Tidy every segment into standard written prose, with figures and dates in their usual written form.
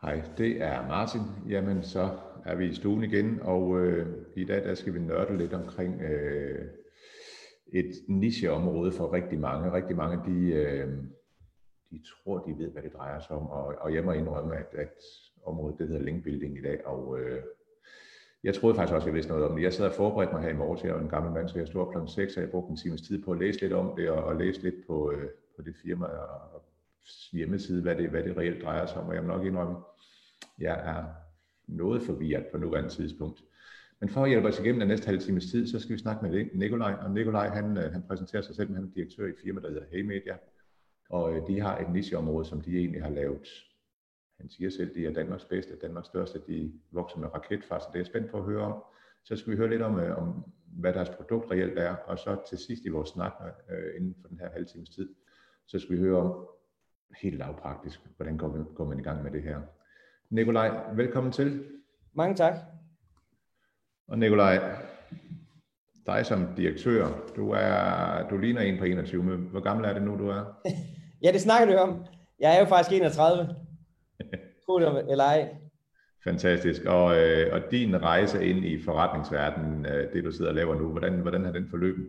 Hej, det er Martin. Jamen, så er vi i stuen igen, og i dag der skal vi nørde lidt omkring et nicheområde for rigtig mange. Rigtig mange, de tror, de ved, hvad det drejer sig om, og jeg må indrømme, at området det hedder linkbuilding i dag, og jeg troede faktisk også, at jeg vidste noget om det. Jeg sad og forberedte mig her i morges, jeg er en gammel mand, så jeg stod op kl. 6, og jeg brugte en times tid på at læse lidt om det, og læse lidt på det firma og hjemmeside, hvad det reelt drejer sig om, og jeg må nok indrømme, jeg er noget forvirret på nuværende tidspunkt. Men for at hjælpe os igennem den næste halve times tid, så skal vi snakke med Nikolaj. Og Nikolaj, han præsenterer sig selv, men han er direktør i et firma, der hedder Hey Media. Og de har et nicheområde, som de egentlig har lavet. Han siger selv, de er Danmarks bedste, Danmarks største. De vokser med raketfart, så det er jeg spændt på at høre om. Så skal vi høre lidt om hvad deres produkt reelt er. Og så til sidst i vores snak, inden for den her halve times tid, så skal vi høre om helt lavpraktisk, hvordan går man i gang med det her. Nikolaj, velkommen til. Mange tak. Og Nikolaj, dig som direktør, du ligner en på 21, men hvor gammel er det nu, du er? Ja, det snakker du om. Jeg er jo faktisk 31. Tro det eller ej. Fantastisk. Og din rejse ind i forretningsverdenen, det du sidder og laver nu, hvordan har den forløbet?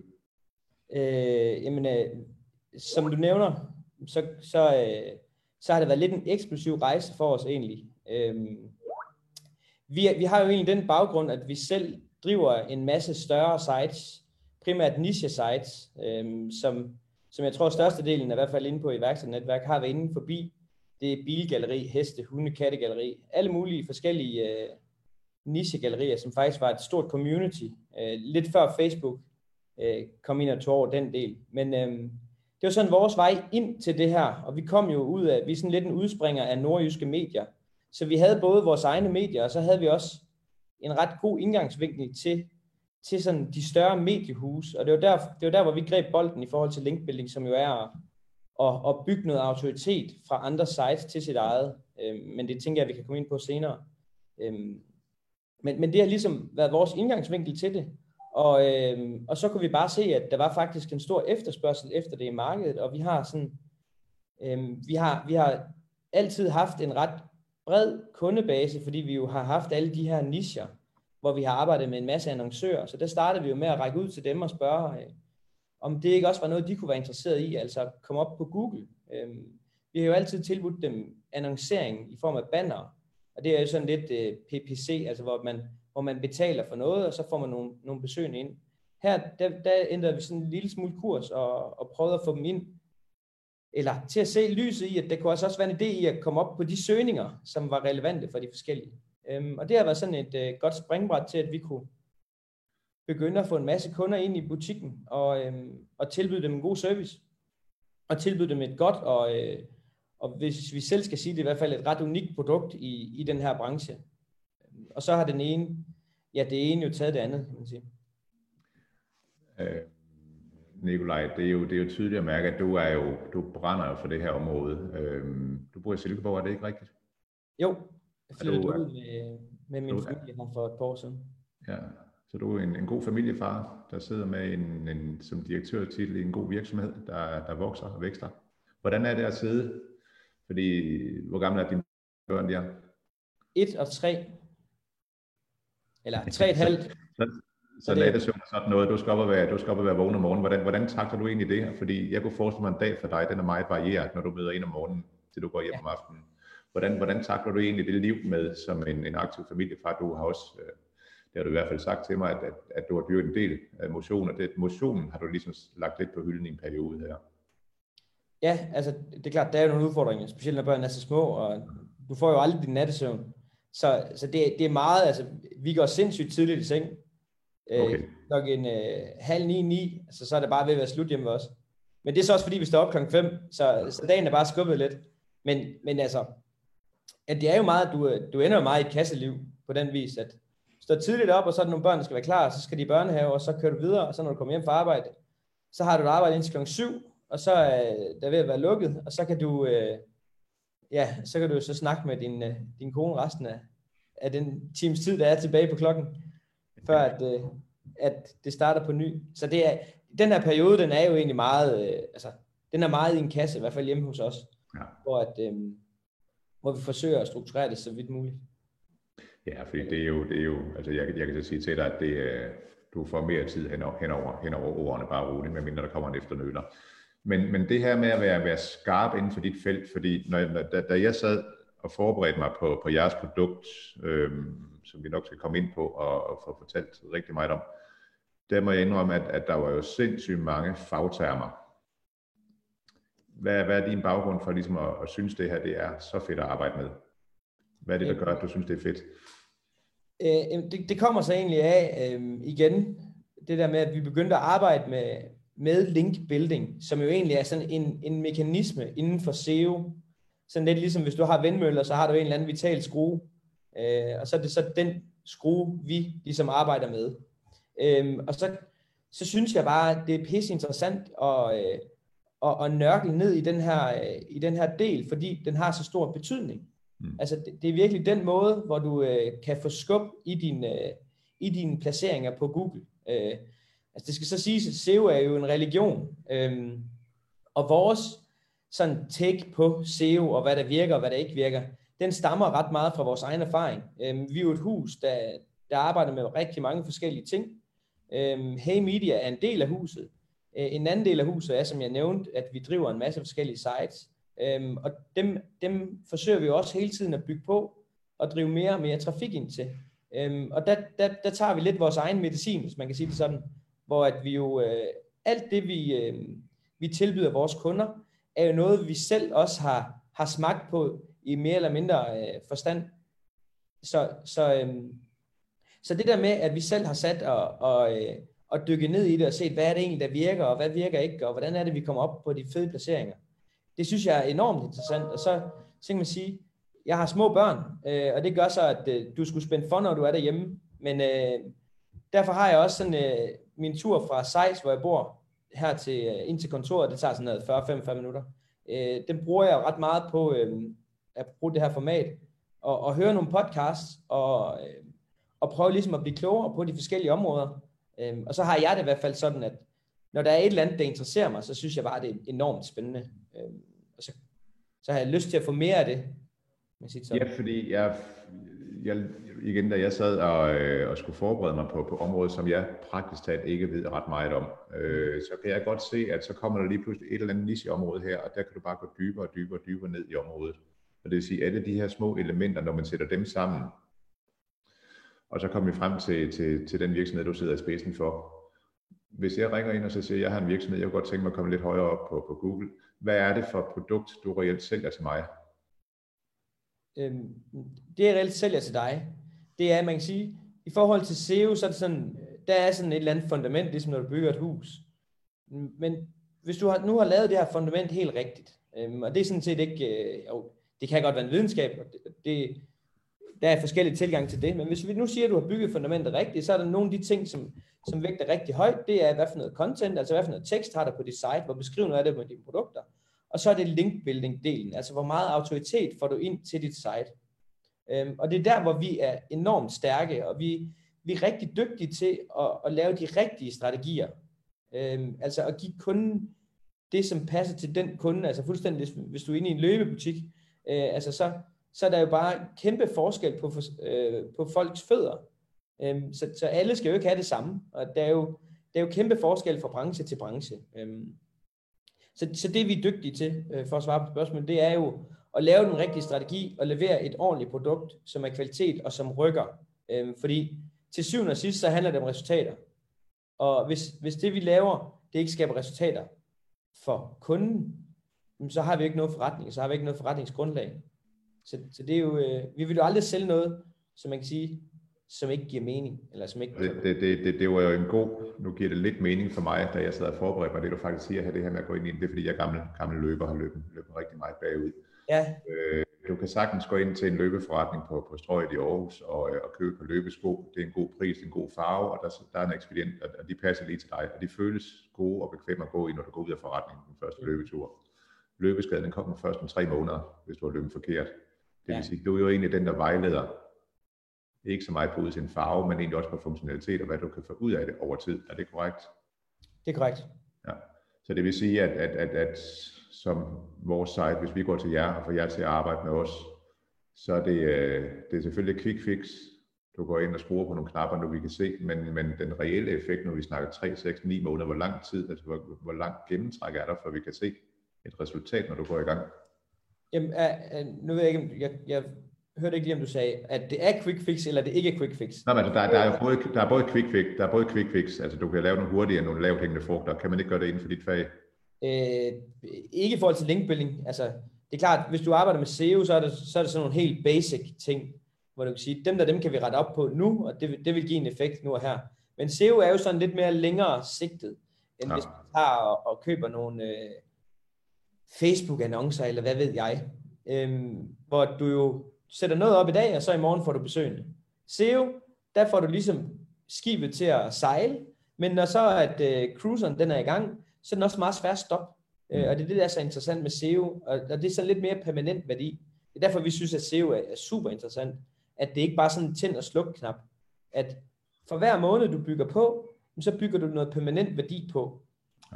Som du nævner, så har det været lidt en eksplosiv rejse for os egentlig. Vi har jo egentlig den baggrund, at vi selv driver en masse større sites, primært niche sites, som jeg tror størstedelen, i hvert fald inde på iværksætternetværk, har været inde forbi. Det er bilgalleri, heste, hunde, kattegalleri, alle mulige forskellige nichegallerier, som faktisk var et stort community, lidt før Facebook kom ind og tog over den del. Men det var sådan vores vej ind til det her, og vi kom jo ud af, vi er sådan lidt en udspringer af nordjyske medier, så vi havde både vores egne medier, og så havde vi også en ret god indgangsvinkel til sådan de større mediehus, og det var der, hvor vi greb bolden i forhold til linkbuilding, som jo er at bygge noget autoritet fra andre sites til sit eget, men det tænker jeg, vi kan komme ind på senere. Men det har ligesom været vores indgangsvinkel til det, og så kunne vi bare se, at der var faktisk en stor efterspørgsel efter det i markedet, og vi har sådan, vi har altid haft en ret bred kundebase, fordi vi jo har haft alle de her nicher, hvor vi har arbejdet med en masse annoncører, så der startede vi jo med at række ud til dem og spørge, om det ikke også var noget, de kunne være interesseret i, altså komme op på Google. Vi har jo altid tilbudt dem annoncering i form af banner, og det er jo sådan lidt PPC, altså hvor man betaler for noget, og så får man nogle besøgende ind. Her, der ændrede vi sådan en lille smule kurs, og prøvede at få dem ind, eller til at se lyset i, at der kunne også være en idé i at komme op på de søgninger, som var relevante for de forskellige. Og det har været sådan et godt springbræt til, at vi kunne begynde at få en masse kunder ind i butikken, og tilbyde dem en god service, og tilbyde dem et godt, og hvis vi selv skal sige det, i hvert fald et ret unikt produkt i den her branche. Og så har det ene jo taget det andet, kan man sige. Nikolaj, det er jo tydeligt at mærke, at du brænder jo for det her område. Du bor i Silkeborg, er det ikke rigtigt? Jo, jeg flyttede ud med min familie her for et par år siden. Ja, så du er en god familiefar, der sidder med en som direktørtitel i en god virksomhed, der vokser og vækster. Hvordan er det at sidde? Fordi, hvor gamle er dine børn, de er? 1 og 3. Eller 3,5. Så nattesøvn er sådan noget, du skal op og være vågen om morgenen. Hvordan takler du egentlig det her? Fordi jeg kunne forestille mig en dag for dig, den er meget varieret, når du møder ind om morgenen, til du går hjem om aftenen. Hvordan takler du egentlig det liv med som en aktiv familiefar? Du har også, det har du i hvert fald sagt til mig, at du har dyrket en del af motion, og motionen har du ligesom lagt lidt på hylden i en periode her. Ja, altså det er klart, der er jo nogle udfordringer, specielt når børnene er så små, og du får jo aldrig din nattesøvn. Så det er meget, altså vi går sindssygt tidligt i seng. Okay. Klokken 8:30, altså, så er det bare ved at være slut hjemme også. Men det er så også fordi, vi står op klokken 5, så dagen er bare skubbet lidt. Men altså, at det er jo meget, du ender jo meget i et kasseliv på den vis, at står tidligt op, og så er der nogle børn, der skal være klar, og så skal de i børnehave, og så kører du videre, og så når du kommer hjem fra arbejde, så har du et arbejde indtil klokken 7, og så er der ved at være lukket, og så kan du så snakke med din kone resten af den times tid, der er tilbage på klokken, før at det starter på ny. Så det er, den her periode, den er jo egentlig meget, den er meget i en kasse, i hvert fald hjemme hos os, ja. hvor vi forsøger at strukturere det så vidt muligt. Ja, fordi det er jo altså jeg kan så sige til dig, at du får mere tid hen over ordene, bare roligt, medmindre der kommer en efternøler. Men det her med at være skarp inden for dit felt, fordi da jeg sad og forberedte mig på jeres produkt, som vi nok skal komme ind på og få fortalt rigtig meget om, der må jeg indrømme, at der var jo sindssygt mange fagtermer. Hvad er din baggrund for ligesom at synes, det her det er så fedt at arbejde med? Hvad er det, der gør, at du synes, det er fedt? Det kommer så egentlig af, igen, det der med, at vi begyndte at arbejde med link building, som jo egentlig er sådan en mekanisme inden for SEO. Sådan lidt ligesom, hvis du har vindmøller, så har du en eller anden vital skrue, og så er det så den skrue, vi ligesom arbejder med. Og så synes jeg bare, at det er pisse interessant at nørkle ned i den her del, fordi den har så stor betydning. Altså det er virkelig den måde, hvor du kan få skub i dine placeringer på Google. Altså det skal så siges, at SEO er jo en religion, og vores sådan take på SEO og hvad der virker og hvad der ikke virker, den stammer ret meget fra vores egen erfaring. Vi er jo et hus, der arbejder med rigtig mange forskellige ting. Hey Media er en del af huset. En anden del af huset er, som jeg nævnte, at vi driver en masse forskellige sites. Og dem forsøger vi jo også hele tiden at bygge på og drive mere og mere trafik ind til. Og der tager vi lidt vores egen medicin, hvis man kan sige det sådan, hvor at vi jo alt det vi tilbyder vores kunder er jo noget vi selv også har smagt på i mere eller mindre forstand. Så det der med at vi selv har sat og dykket ned i det og set hvad er det egentlig der virker og hvad virker ikke og hvordan er det vi kommer op på de fede placeringer. Det synes jeg er enormt interessant, og så kan man sige, jeg har små børn, og det gør så, at du skulle spænde for, når du er derhjemme, men derfor har jeg også sådan min tur fra Seis, hvor jeg bor, her ind til kontoret, det tager sådan noget 40-45 minutter. Den bruger jeg ret meget på at bruge det her format, og høre nogle podcasts, og prøve ligesom at blive klogere på de forskellige områder. Og så har jeg det i hvert fald sådan, at når der er et eller andet, der interesserer mig, så synes jeg bare, det er enormt spændende. Og så har jeg lyst til at få mere af det. Ja, fordi jeg igen, da jeg sad og skulle forberede mig på området, som jeg praktisk talt ikke ved ret meget om, så kan jeg godt se, at så kommer der lige pludselig et eller andet niche-område her, og der kan du bare gå dybere og dybere og dybere ned i området. Og det vil sige, alle de her små elementer, når man sætter dem sammen, og så kommer vi frem til den virksomhed, du sidder i spidsen for. Hvis jeg ringer ind og så siger, at jeg har en virksomhed, jeg kunne godt tænke mig at komme lidt højere op på Google. Hvad er det for et produkt, du reelt sælger til mig? Det jeg reelt sælger til dig, det er, man kan sige, i forhold til SEO, så er det sådan, der er sådan et eller andet fundament, ligesom når du bygger et hus. Men hvis du nu har lavet det her fundament helt rigtigt, og det er sådan set ikke, det kan godt være en videnskab, der er forskellige tilgang til det, men hvis vi nu siger, at du har bygget fundamentet rigtigt, så er der nogle af de ting, som vægter rigtig højt. Det er, hvad for noget content, altså hvad for noget tekst har der på dit site, hvor beskriver noget af det med dine produkter. Og så er det link-building-delen, altså hvor meget autoritet får du ind til dit site. Og det er der, hvor vi er enormt stærke, og vi er rigtig dygtige til at lave de rigtige strategier. Altså at give kunden det, som passer til den kunde, altså fuldstændig, hvis du er inde i en løbebutik, altså så er der jo bare kæmpe forskel på folks fødder. Så alle skal jo ikke have det samme, og der er jo kæmpe forskel fra branche til branche. Så det vi er dygtige til, for at svare på spørgsmålet, det er jo at lave den rigtige strategi og levere et ordentligt produkt, som er kvalitet og som rykker. Fordi til syvende og sidst, så handler det om resultater. Og hvis det vi laver, det ikke skaber resultater for kunden, så har vi ikke noget forretning, så har vi ikke noget forretningsgrundlag. Så det er jo, vi vil jo aldrig sælge noget, som man kan sige, som ikke giver mening, eller som ikke... Det var jo en god, nu giver det lidt mening for mig, da jeg sad og forberedte mig, det du faktisk siger her, det her med at gå ind i det, er fordi jeg gammel løber har løbet rigtig meget bagud. Ja. Du kan sagtens gå ind til en løbeforretning på Strøget i Aarhus og købe på løbesko. Det er en god pris, en god farve, og der er en ekspedient, og de passer lige til dig, og de føles gode og bekvemme at gå i, når du går ud af forretningen den første løbetur. Løbeskaden kommer først om 3 måneder, hvis du har løbet forkert. Det vil sige, du er jo egentlig den, der vejleder, ikke så meget på ud til en farve, men egentlig også på funktionalitet og hvad du kan få ud af det over tid. Er det korrekt? Det er korrekt. Ja. Så det vil sige, at som vores site, hvis vi går til jer og får jer til at arbejde med os, så er det er selvfølgelig et quick fix. Du går ind og skruer på nogle knapper, nu vi kan se, men den reelle effekt, når vi snakker 3, 6, 9 måneder, hvor lang tid, altså hvor langt gennemtræk er der, for vi kan se et resultat, når du går i gang? Jamen, nu ved jeg ikke, jeg hørte ikke lige, om du sagde, at det er quick fix, eller det ikke er quick fix. Nej, men der er både quick fix, altså du kan lave nogle hurtigere, nogle lavt hængende frugter. Kan man ikke gøre det inden for dit fag? Ikke i forhold til linkbuilding. Altså, det er klart, hvis du arbejder med SEO, så er det sådan nogle helt basic ting, hvor du kan sige, dem kan vi rette op på nu, og det vil give en effekt nu og her. Men SEO er jo sådan lidt mere længere sigtet, end hvis man tager og køber nogle Facebook-annoncer, eller hvad ved jeg, hvor du jo sætter noget op i dag, og så i morgen får du besøgende. SEO, der får du ligesom skibet til at sejle, men når så at cruiseren den er i gang, så er den også meget svært at stoppe. Og det er det, der er så interessant med SEO, og det er så lidt mere permanent værdi. Det er derfor, vi synes, at SEO er super interessant, at det ikke bare er sådan en tænd- og sluk-knap, at for hver måned, du bygger på, så bygger du noget permanent værdi på. Ja.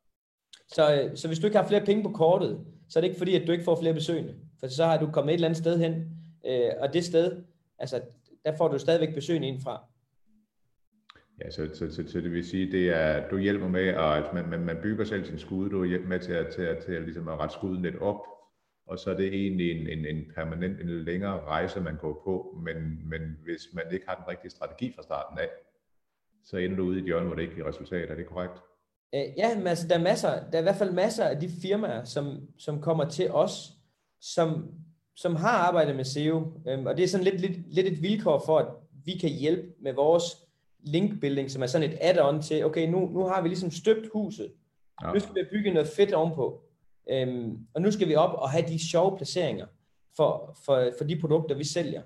Så hvis du ikke har flere penge på kortet, så er det ikke fordi, at du ikke får flere besøgende. For så har du kommet et eller andet sted hen, og det sted, altså, der får du stadigvæk besøgende ind fra. Ja, så det vil sige, det er, du hjælper med, at man bygger selv sin skud, du hjælper med til ligesom at rette skuden lidt op, og så er det egentlig en permanent, en længere rejse, man går på, men hvis man ikke har den rigtige strategi fra starten af, så ender du ude i et hjørne, hvor det ikke giver resultat. Er det korrekt? Ja, men altså, der er i hvert fald masser af de firmaer, som kommer til os, som har arbejdet med SEO, og det er sådan lidt et vilkår for, at vi kan hjælpe med vores linkbuilding, som er sådan et add-on til, okay, nu har vi ligesom støbt huset, nu skal vi bygge noget fedt ovenpå, og nu skal vi op og have de sjove placeringer for de produkter, vi sælger.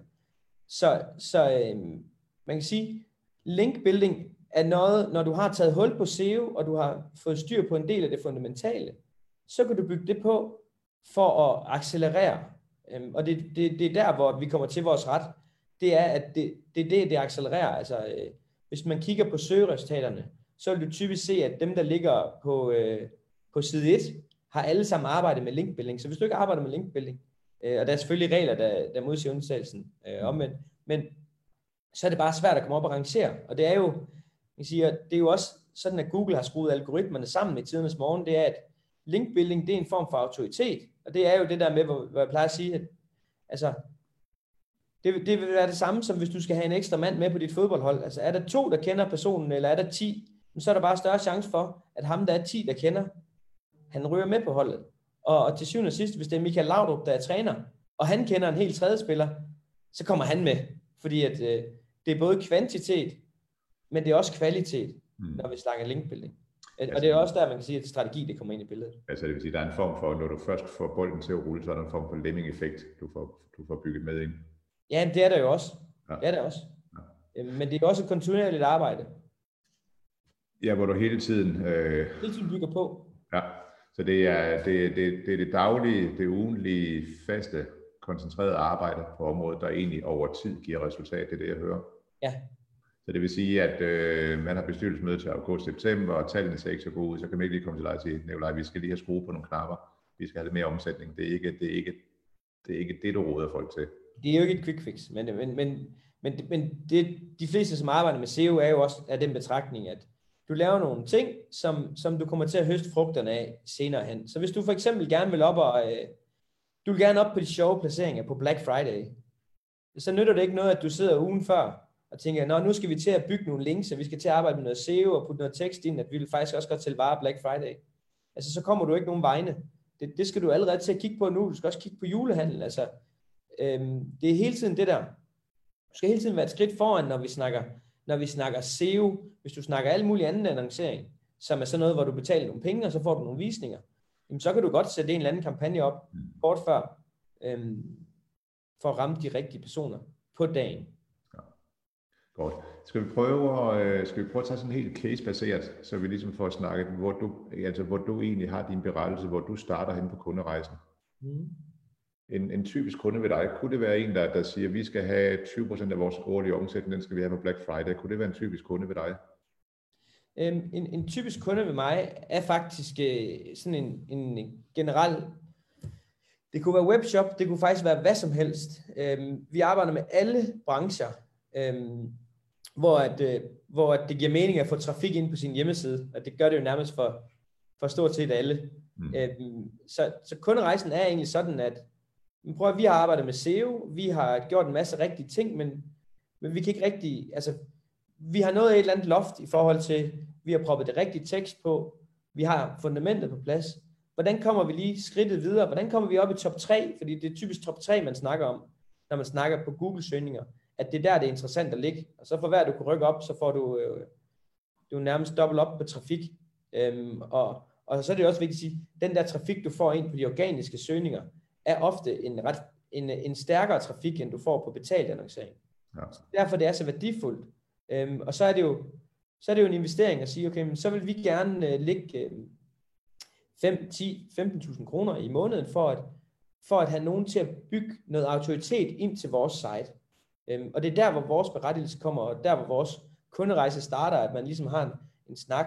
Så man kan sige, linkbuilding er noget, når du har taget hul på SEO, og du har fået styr på en del af det fundamentale, så kan du bygge det på for at accelerere. Og det er der, hvor vi kommer til vores ret. Det er, at det accelererer. Altså, hvis man kigger på søgeresultaterne, så vil du typisk se, at dem, der ligger på side 1, har alle sammen arbejdet med linkbuilding. Så hvis du ikke arbejder med linkbuilding, og der er selvfølgelig regler, der modsiger undtagelsen omvendt, men så er det bare svært at komme op og rangere. Og det er jo, det er jo også sådan, at Google har skruet algoritmerne sammen i tidernes morgen, det er, at linkbuilding, det er en form for autoritet, og det er jo det der med, hvor jeg plejer at sige, at altså, det vil være det samme, som hvis du skal have en ekstra mand med på dit fodboldhold. Altså, er der 2, der kender personen, eller er der 10, så er der bare større chance for, at ham, der er 10, der kender, han ryger med på holdet. Og til syvende og sidst, hvis det er Michael Laudrup, der er træner, og han kender en helt tredje spiller, så kommer han med, fordi at det er både kvantitet, men det er også kvalitet, når vi snakker linkbuilding. Og det er også der, man kan sige, at strategi det kommer ind i billedet. Altså det vil sige, at der er en form for, når du først får bolden til at rulle, så er der en form for lemming-effekt, du får bygget med ind. Ja, det er der jo også. Ja. Det er der også. Ja. Men det er også et kontinuerligt arbejde. Ja, hvor du hele tiden bygger på. Ja, så det er det daglige, det ugentlige, faste, koncentrerede arbejde på området, der egentlig over tid giver resultat. Det er det, jeg hører. Ja. Så det vil sige, at man har bestyrelsesmøde til august-september, og tallene ser ikke så gode ud, så kan man ikke lige komme til dig og sige, Nikolaj, vi skal lige have skruet på nogle knapper. Vi skal have lidt mere omsætning. Det er ikke det, du råder folk til. Det er jo ikke et quick fix, men det, de fleste, som arbejder med SEO, er jo også af den betragtning, at du laver nogle ting, som du kommer til at høste frugterne af senere hen. Så hvis du for eksempel gerne vil op og du vil gerne op på de sjove placeringer på Black Friday, så nytter det ikke noget, at du sidder ugen før og tænker, nu skal vi til at bygge nogle links, og vi skal til at arbejde med noget SEO og putte noget tekst ind, at vi vil faktisk også godt til varer Black Friday. Altså, så kommer du ikke nogen vegne. Det skal du allerede til at kigge på nu. Du skal også kigge på julehandel. Altså, det er hele tiden det der. Du skal hele tiden være et skridt foran, når vi snakker SEO. Hvis du snakker alle mulige anden annoncering, som er sådan noget, hvor du betaler nogle penge, og så får du nogle visninger, jamen, så kan du godt sætte en eller anden kampagne op kort før, for at ramme de rigtige personer på dagen. Ja. Godt. Skal vi prøve at tage sådan helt case-baseret, så vi ligesom får snakket, hvor du egentlig har din berettelse, hvor du starter hen på kunderejsen. En typisk kunde ved dig, kunne det være en, der siger, at vi skal have 20% af vores årlige omsætning, den skal vi have på Black Friday. Kunne det være en typisk kunde ved dig? En typisk kunde ved mig er faktisk sådan en generel, Det kunne være webshop, det kunne faktisk være hvad som helst. Vi arbejder med alle brancher, hvor det giver mening at få trafik ind på sin hjemmeside, og det gør det jo nærmest for stort set alle. Så kunderejsen er egentlig sådan, at vi har arbejdet med SEO, vi har gjort en masse rigtige ting, men vi kan ikke rigtig, altså vi har nået et eller andet loft i forhold til, vi har proppet det rigtige tekst på, vi har fundamentet på plads. Hvordan kommer vi lige skridtet videre? Hvordan kommer vi op i top 3? Fordi det er typisk top 3, man snakker om, når man snakker på Google-søgninger, at det er der, det er interessant at ligge. Og så for hver du kan rykke op, så får du nærmest dobbelt op på trafik. Og så er det også vigtigt at sige, at den der trafik, du får ind på de organiske søgninger, er ofte en stærkere trafik, end du får på betalt annoncering. Ja. Derfor det er så værdifuldt. Og så er det jo en investering at sige, okay, men så vil vi gerne lægge 5, 10, 15.000 kroner i måneden for at have nogen til at bygge noget autoritet ind til vores site. Og det er der, hvor vores berettigelse kommer, og der, hvor vores kunderejse starter, at man ligesom har en snak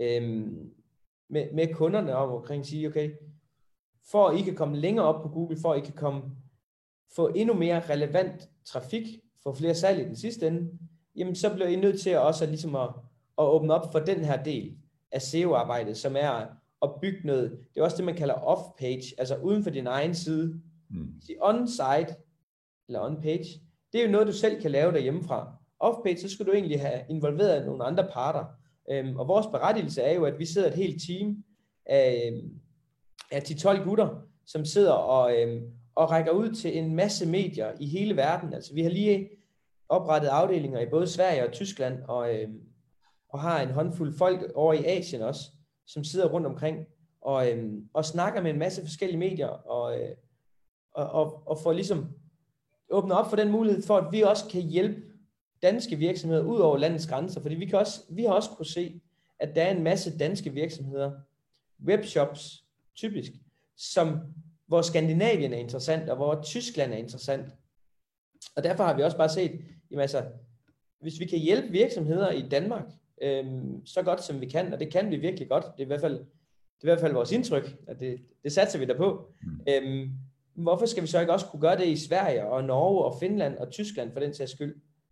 med kunderne omkring at sige, okay, for at I kan komme længere op på Google, for at I kan få endnu mere relevant trafik, få flere salg i den sidste ende, jamen så bliver I nødt til også ligesom at åbne op for den her del af SEO-arbejdet, som er at bygge noget, det er også det, man kalder off-page, altså uden for din egen side. On-site, eller on-page, det er jo noget, du selv kan lave derhjemmefra. Off-page, så skal du egentlig have involveret nogle andre parter. Og vores berettigelse er jo, at vi sidder et helt team af 10-12 gutter, som sidder og rækker ud til en masse medier i hele verden. Altså vi har lige oprettet afdelinger i både Sverige og Tyskland, og har en håndfuld folk over i Asien også, som sidder rundt omkring og snakker med en masse forskellige medier og får ligesom åbnet op for den mulighed for, at vi også kan hjælpe danske virksomheder ud over landets grænser, fordi vi har også kunne se, at der er en masse danske virksomheder, webshops typisk, hvor Skandinavien er interessant, og hvor Tyskland er interessant. Og derfor har vi også bare set, jamen altså, hvis vi kan hjælpe virksomheder i Danmark, så godt som vi kan, og det kan vi virkelig godt, det er i hvert fald vores indtryk, at det satser vi der på. Hvorfor skal vi så ikke også kunne gøre det i Sverige og Norge og Finland og Tyskland for den sags skyld?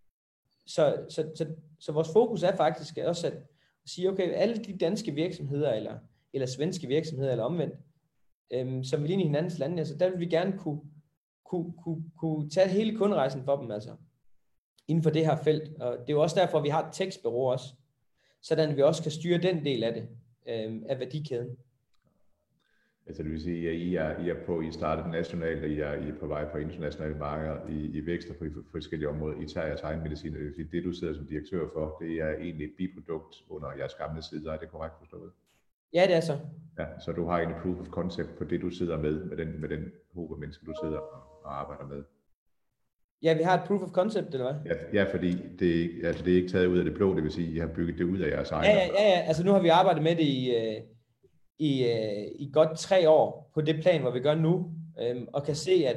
Så vores fokus er faktisk også at sige, okay, alle de danske virksomheder eller svenske virksomheder eller omvendt, som vil ind i hinandens lande, altså der vil vi gerne kunne tage hele kunderejsen for dem, altså inden for det her felt. Og det er jo også derfor, vi har et tekstbureau også, sådan vi også kan styre den del af det, af værdikæden. Altså det vil sige, at I startet nationalt, og I er på vej på internationale markeder, I vækster på forskellige områder, I tager jeres egen medicin, og det du sidder som direktør for, det er egentlig et biprodukt under jeres gamle side, er det korrekt forstået? Ja, det er så. Ja, så du har egentlig proof of concept på det, du sidder med den gruppe mennesker, du sidder og arbejder med. Ja, vi har et proof of concept, eller hvad? Ja, fordi det er ikke taget ud af det blå, det vil sige, at I har bygget det ud af jeres egen. Ja, altså nu har vi arbejdet med det i godt 3 år på det plan, hvor vi gør nu, og kan se,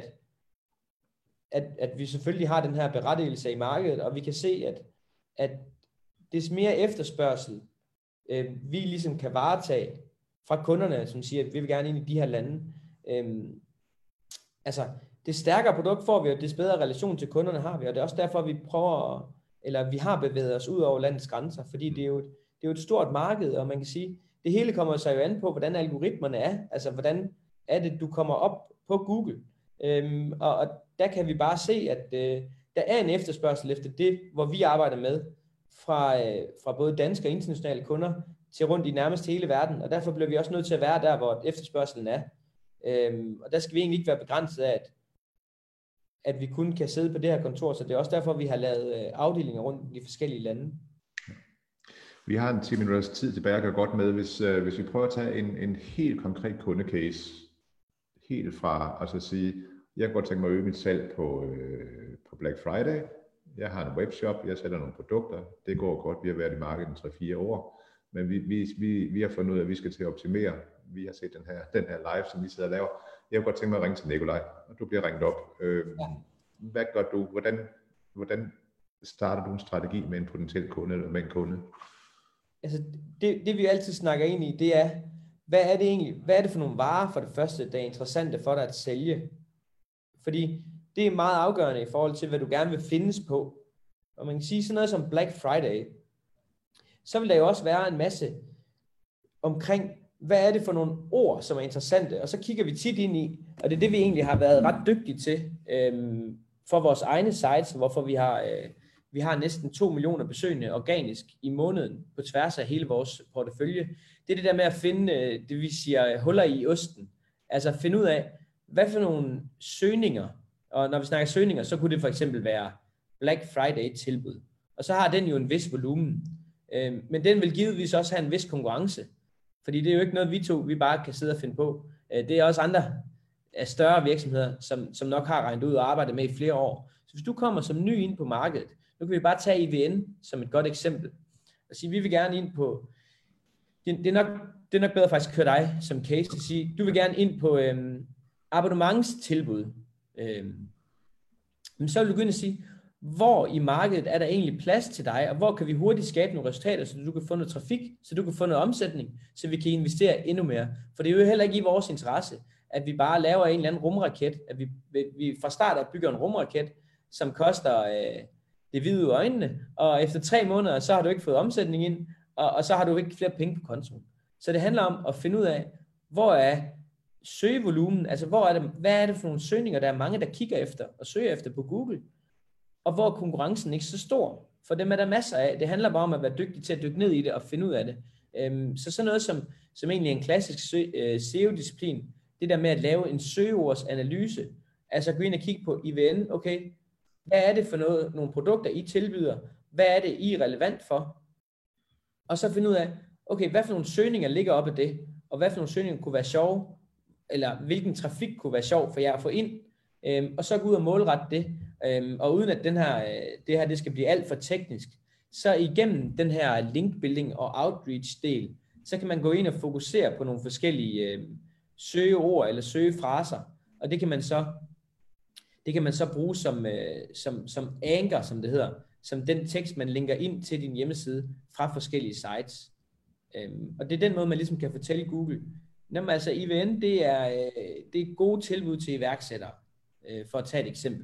at vi selvfølgelig har den her berettigelse i markedet, og vi kan se, at des mere efterspørgsel, vi ligesom kan varetage fra kunderne, som siger, at vi vil gerne ind i de her lande. Altså, det stærkere produkt får vi, og des bedre relation til kunderne har vi, og det er også derfor, vi har bevæget os ud over landets grænser, fordi det er jo et stort marked, og man kan sige, det hele kommer sig jo an på, hvordan algoritmerne er, altså hvordan er det, du kommer op på Google, og der kan vi bare se, at der er en efterspørgsel efter det, hvor vi arbejder med, fra både danske og internationale kunder, til rundt i nærmest hele verden, og derfor bliver vi også nødt til at være der, hvor efterspørgselen er, og der skal vi egentlig ikke være begrænset af, at vi kun kan sidde på det her kontor, så det er også derfor, vi har lavet afdelinger rundt i de forskellige lande. Vi har en 10 minutters tid tilbage at gøre godt med, hvis vi prøver at tage en helt konkret kundecase, helt fra altså sige, jeg kan godt tænke mig at øge mit salg på Black Friday, jeg har en webshop, jeg sælger nogle produkter, det går godt, vi har været i markedet 3-4 år, men vi har fundet ud af, at vi skal til at optimere, vi har set den her live, som vi sidder og laver, jeg kunne godt tænke mig at ringe til Nikolaj, og du bliver ringet op. Hvad gør du? Hvordan starter du en strategi med en potentiel kunde eller med en kunde? Altså det vi altid snakker ind i, det er, hvad er det egentlig, hvad er det for nogle varer for det første, der er interessante for dig at sælge? Fordi det er meget afgørende i forhold til, hvad du gerne vil findes på. Og man kan sige sådan noget som Black Friday, så vil der jo også være en masse omkring, hvad er det for nogle ord, som er interessante, og så kigger vi tit ind i, og det er det, vi egentlig har været ret dygtige til for vores egne sites, hvorfor vi har næsten 2 millioner besøgende organisk i måneden på tværs af hele vores portefølje. Det er det der med at finde, det vi siger, huller i osten. Altså finde ud af, hvad for nogle søgninger, og når vi snakker søgninger, så kunne det for eksempel være Black Friday tilbud. Og så har den jo en vis volumen. Men den vil givetvis også have en vis konkurrence. Fordi det er jo ikke noget, vi bare kan sidde og finde på. Det er også andre større virksomheder, som nok har regnet ud og arbejdet med i flere år. Så hvis du kommer som ny ind på markedet, nu kan vi bare tage IVN som et godt eksempel. Og sige, vi vil gerne ind på, det er nok bedre faktisk at køre dig som case, at sige, du vil gerne ind på abonnementstilbud. Men så vil du begynde at sige, hvor i markedet er der egentlig plads til dig, og hvor kan vi hurtigt skabe nogle resultater, så du kan få noget trafik, så du kan få noget omsætning, så vi kan investere endnu mere. For det er jo heller ikke i vores interesse, at vi bare laver en eller anden rumraket, at vi fra start af bygger en rumraket, som koster det hvide ud af øjnene, og efter 3 måneder, så har du ikke fået omsætning ind, og så har du ikke flere penge på kontoen. Så det handler om at finde ud af, hvor er søgevolumen, altså hvad er det for nogle søgninger, der er mange, der kigger efter og søger efter på Google, og hvor konkurrencen ikke så stor. For dem er der masser af. Det handler bare om at være dygtig til at dykke ned i det og finde ud af det. Så sådan noget som egentlig en klassisk SEO-disciplin, det der med at lave en søgeordsanalyse, altså gå ind og kigge på IVN, okay, hvad er det for nogle produkter, I tilbyder? Hvad er det, I er relevant for? Og så finde ud af, okay, hvad for nogle søgninger ligger op af det, og hvad for nogle søgninger kunne være sjove, eller hvilken trafik kunne være sjov for jer at få ind, og så gå ud og målrette det. Og uden at det skal blive alt for teknisk, så igennem den her linkbuilding og outreach del, så kan man gå ind og fokusere på nogle forskellige søgeord eller søgefraser, og det kan man så bruge som anchor, som det hedder, som den tekst, man linker ind til din hjemmeside fra forskellige sites. Og det er den måde, man ligesom kan fortælle Google. Jamen, altså IVN, det er gode tilbud til iværksættere, for at tage et eksempel.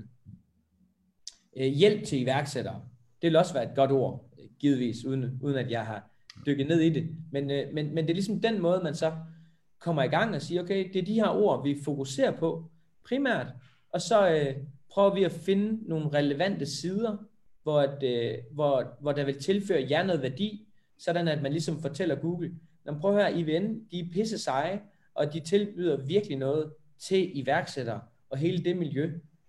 Hjælp til iværksættere, det vil også være et godt ord, givetvis, uden at jeg har dykket ned i det. Men det er ligesom den måde, man så kommer i gang og siger, okay, det er de her ord, vi fokuserer på primært, og så prøver vi at finde nogle relevante sider, hvor der vil tilføre jer noget værdi, sådan at man ligesom fortæller Google, prøv at høre, IVN, de er pisse seje, og de tilbyder virkelig noget til iværksættere og hele det miljø.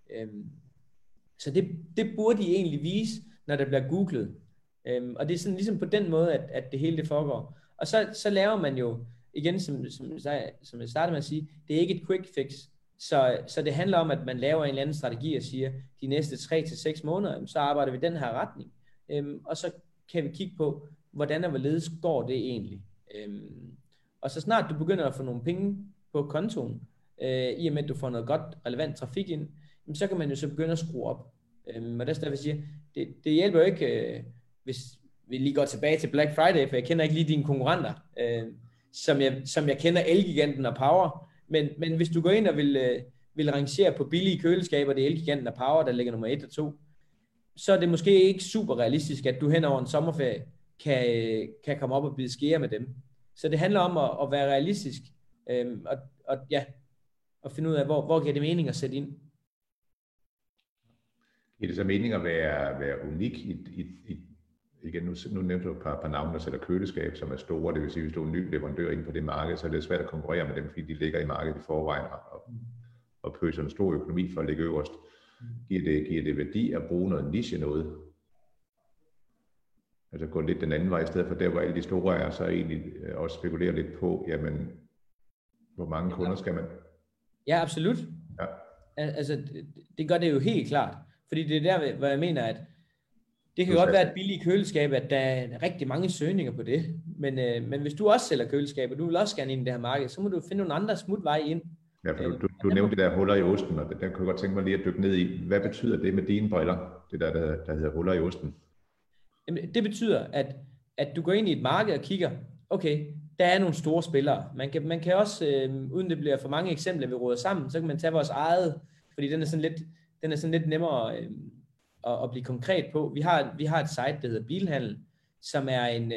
Så det burde de egentlig vise, når der bliver googlet. Og det er sådan ligesom på den måde, at det hele det foregår. Og så laver man jo, igen som jeg startede med at sige, det er ikke et quick fix. Så det handler om, at man laver en eller anden strategi og siger, de næste 3 til 6 måneder, så arbejder vi i den her retning. Og så kan vi kigge på, hvordan og hvorledes går det egentlig. Og så snart du begynder at få nogle penge på kontoen, i og med at du får noget godt relevant trafik ind, så kan man jo så begynde at skrue op. Og derfor vil jeg sige, det hjælper jo ikke, hvis vi lige går tilbage til Black Friday, for jeg kender ikke lige dine konkurrenter, som jeg kender Elgiganten og Power, men hvis du går ind og vil rangere på billige køleskaber, det er Elgiganten og Power, der ligger nummer 1 og 2, så er det måske ikke super realistisk, at du hen over en sommerferie kan komme op og bide skære med dem. Så det handler om at være realistisk, og finde ud af, hvor giver det mening at sætte ind. Giver det så mening at være unik igen, nu nævnte du et par navne, der sætter køleskab, som er store, det vil sige, hvis du er en ny leverandør inde på det marked, så er det svært at konkurrere med dem, fordi de ligger i markedet i forvejen og pøser en stor økonomi for at ligge øverst. Giver det værdi at bruge noget niche noget? Altså gå lidt den anden vej, i stedet for der, hvor alle de store er, så egentlig også spekulere lidt på, jamen, hvor mange kunder skal man? Ja, absolut. Ja. Altså, det gør det jo helt klart. Fordi det er der, hvor jeg mener, at det kan godt være et billigt køleskab, at der er rigtig mange søgninger på det. Men hvis du også sælger køleskab, og du vil også gerne ind i det her marked, så må du finde nogle andre smutveje ind. Ja, for du nævnte det der huller i osten, og der kunne jeg godt tænke mig lige at dykke ned i. Hvad betyder det med dine briller, det der hedder huller i osten? Jamen, det betyder, at du går ind i et marked og kigger, okay, der er nogle store spillere. Man kan også, uden det bliver for mange eksempler, vi råder sammen, så kan man tage vores eget, fordi den er sådan lidt nemmere at blive konkret på. Vi har et site, der hedder Bilhandel, som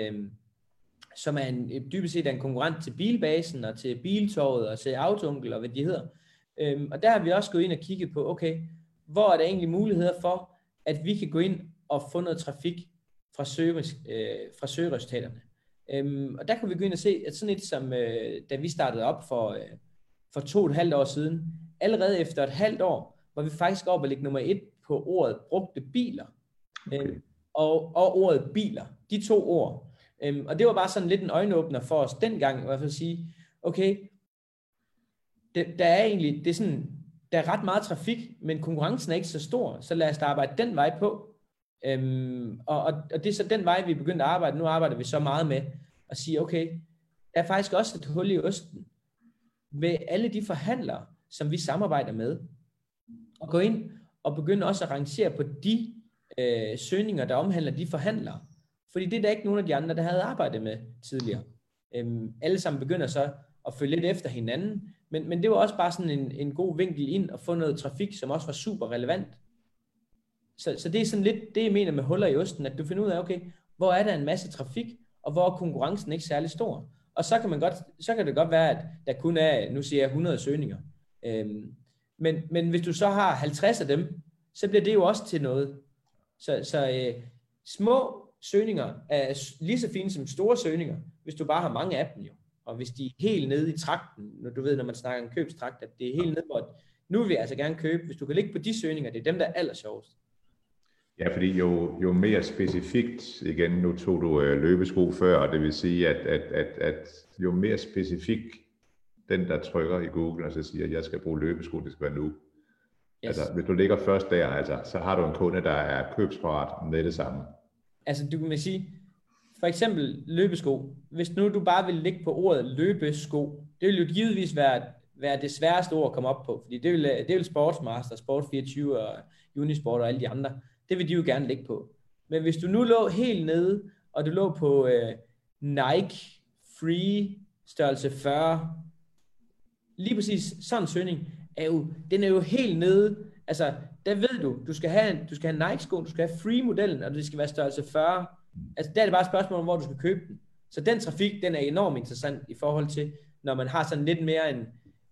er dybest set en konkurrent til Bilbasen og til Biltorvet og til Autoonkel og hvad de hedder. Og der har vi også gået ind og kigget på, okay, hvor er der egentlig muligheder for, at vi kan gå ind og få noget trafik fra søgeresultaterne. Og der kunne vi gå ind og se, at sådan et som, da vi startede op for 2,5 år siden, allerede efter et halvt år, var vi faktisk oppe og ligge nummer 1 på ordet brugte biler. Okay. Og ordet biler, de 2 ord. Og det var bare sådan lidt en øjenåbner for os dengang, i hvert fald at sige, okay, der er egentlig, det er sådan, der er ret meget trafik, men konkurrencen er ikke så stor, så lad os da arbejde den vej på. Og det er så den vej, vi er begyndt at arbejde. Nu arbejder vi så meget med at sige, okay, der er faktisk også et hul i osten med alle de forhandlere, som vi samarbejder med, og gå ind og begynde også at rangere på de søgninger, der omhandler de forhandlere. Fordi det er der ikke nogen af de andre, der havde arbejdet med tidligere. Alle sammen begynder så at følge lidt efter hinanden, men det var også bare sådan en god vinkel ind og få noget trafik, som også var super relevant. Så det er sådan lidt det, jeg mener med huller i osten, at du finder ud af, okay, hvor er der en masse trafik, og hvor er konkurrencen ikke særlig stor. Og så kan det godt være, at der kun er, nu siger jeg 100 søgninger. Men hvis du så har 50 af dem, så bliver det jo også til noget. Så små søgninger er lige så fine som store søgninger, hvis du bare har mange af dem jo. Og hvis de er helt nede i trakten, når man snakker om købstrakt, at det er helt nede, hvor nu vil jeg altså gerne købe, hvis du kan ligge på de søgninger, det er dem, der er allersjovest. Ja, fordi jo mere specifikt, igen, nu tog du løbesko før, og det vil sige, at jo mere specifik den, der trykker i Google, og så siger, at jeg skal bruge løbesko, det skal være nu. Yes. Altså, hvis du ligger først der, altså, så har du en kunde, der er købsparat med det samme. Altså, du kan sige, for eksempel løbesko. Hvis nu du bare vil ligge på ordet løbesko, det vil jo givetvis være det sværeste ord at komme op på, fordi det vil Sportsmaster, Sport24 og Unisport og alle de andre, det vil de jo gerne ligge på. Men hvis du nu lå helt nede, og du lå på Nike Free størrelse 40, lige præcis sådan en søgning, den er jo helt nede. Altså, der ved du skal have Nike-sko, du skal have Free-modellen, og det skal være størrelse 40. Altså, der er det bare et spørgsmål om, hvor du skal købe den. Så den trafik, den er enormt interessant i forhold til, når man har sådan lidt mere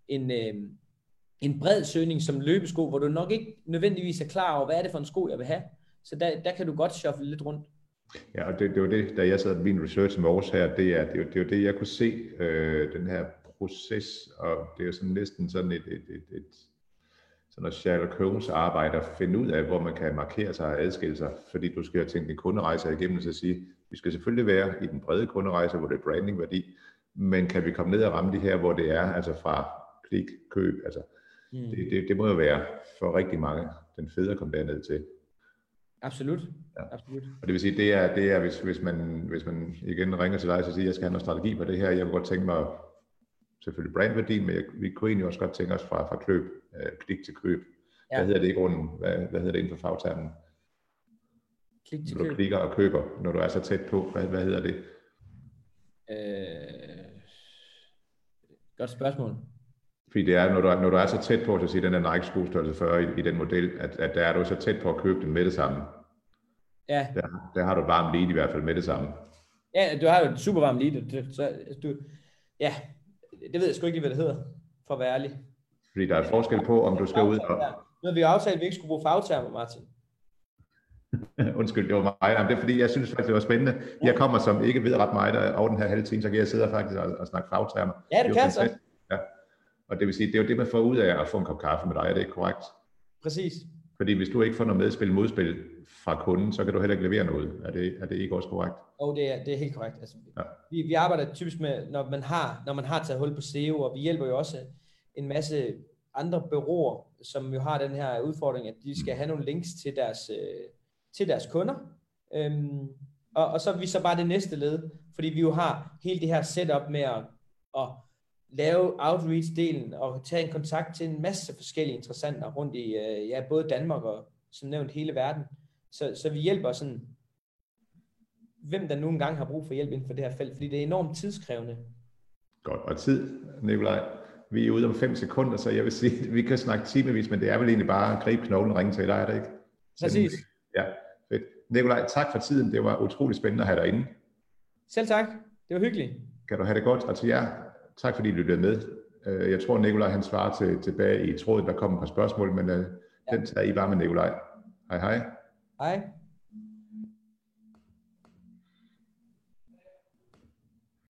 en bred søgning som løbesko, hvor du nok ikke nødvendigvis er klar over, hvad er det for en sko, jeg vil have. Så der kan du godt shuffle lidt rundt. Ja, og det var det, da jeg sad med min research med Aarhus her, det er jo det, jeg kunne se, den her proces, og det er jo sådan næsten sådan et sådan noget Sherlock Holmes arbejde at finde ud af, hvor man kan markere sig og adskille sig, fordi du skal tænke en kunderejse igennem, så at sige, vi skal selvfølgelig være i den brede kunderejse, hvor det er branding-værdi, men kan vi komme ned og ramme de her, hvor det er, altså fra klik, køb, altså det må jo være for rigtig mange den fede at komme derned til. Absolut. Ja. Absolut. Og det vil sige, det er hvis man igen ringer til dig og siger, jeg skal have noget strategi på det her, jeg kunne godt tænke mig selvfølgelig brandværdien, men vi kunne egentlig også godt tænke os fra klik til køb. Ja. Hvad hedder det i grunden? Hvad hedder det inden for fagtermen? Klik til når du køb. Klikker og køber, når du er så tæt på, hvad hedder det? Godt spørgsmål. Fordi det er, når du er så tæt på, så siger den der Nike skostørrelse 40 i den model, at der er du så tæt på at købe den med det samme. Ja. Der har du et varmt lead i hvert fald med det samme. Ja, du har jo et super varmt lead. Ja, det ved jeg sgu ikke lige, hvad det hedder, for at være ærlig. Fordi der er forskel på, om du skal ud og... Nu har vi jo aftalt, at vi ikke skulle bruge fagtermer, Martin. Undskyld, det var mig. Jamen, det er fordi, jeg synes faktisk, det var spændende. Jeg kommer som ikke ved ret meget over den her halve time, så kan jeg sidde faktisk og snakke fagtermer. Ja, det kan så. Ja. Og det vil sige, det er jo det, man får ud af at få en kop kaffe med dig, er det ikke korrekt? Præcis. Fordi hvis du ikke får noget modspil fra kunden, så kan du heller ikke levere noget. Er det ikke også korrekt? Jo, det er helt korrekt. Altså, ja. Vi arbejder typisk med, når man har taget hul på SEO, og vi hjælper jo også en masse andre bureauer, som jo har den her udfordring, at de skal have nogle links til deres kunder. Og så er vi så bare det næste led, fordi vi jo har hele det her setup med at lave outreach-delen og tage en kontakt til en masse forskellige interessenter rundt i både Danmark og som nævnt hele verden. Så vi hjælper sådan, hvem der nu engang har brug for hjælp inden for det her felt, fordi det er enormt tidskrævende. Godt, og tid, Nikolaj. Vi er ude om 5 sekunder, så jeg vil sige, at vi kan snakke timevis, men det er vel egentlig bare at gribe knoglen og ringe til dig, er det ikke? Præcis. Ja, fedt. Nikolaj, tak for tiden. Det var utrolig spændende at have dig inde. Selv tak. Det var hyggeligt. Kan du have det godt, og til jer, tak fordi I lyttede med. Jeg tror, Nikolaj han svarer tilbage i tråden, der kom et par spørgsmål, men den tager I bare med Nikolaj. Hej hej. Hej.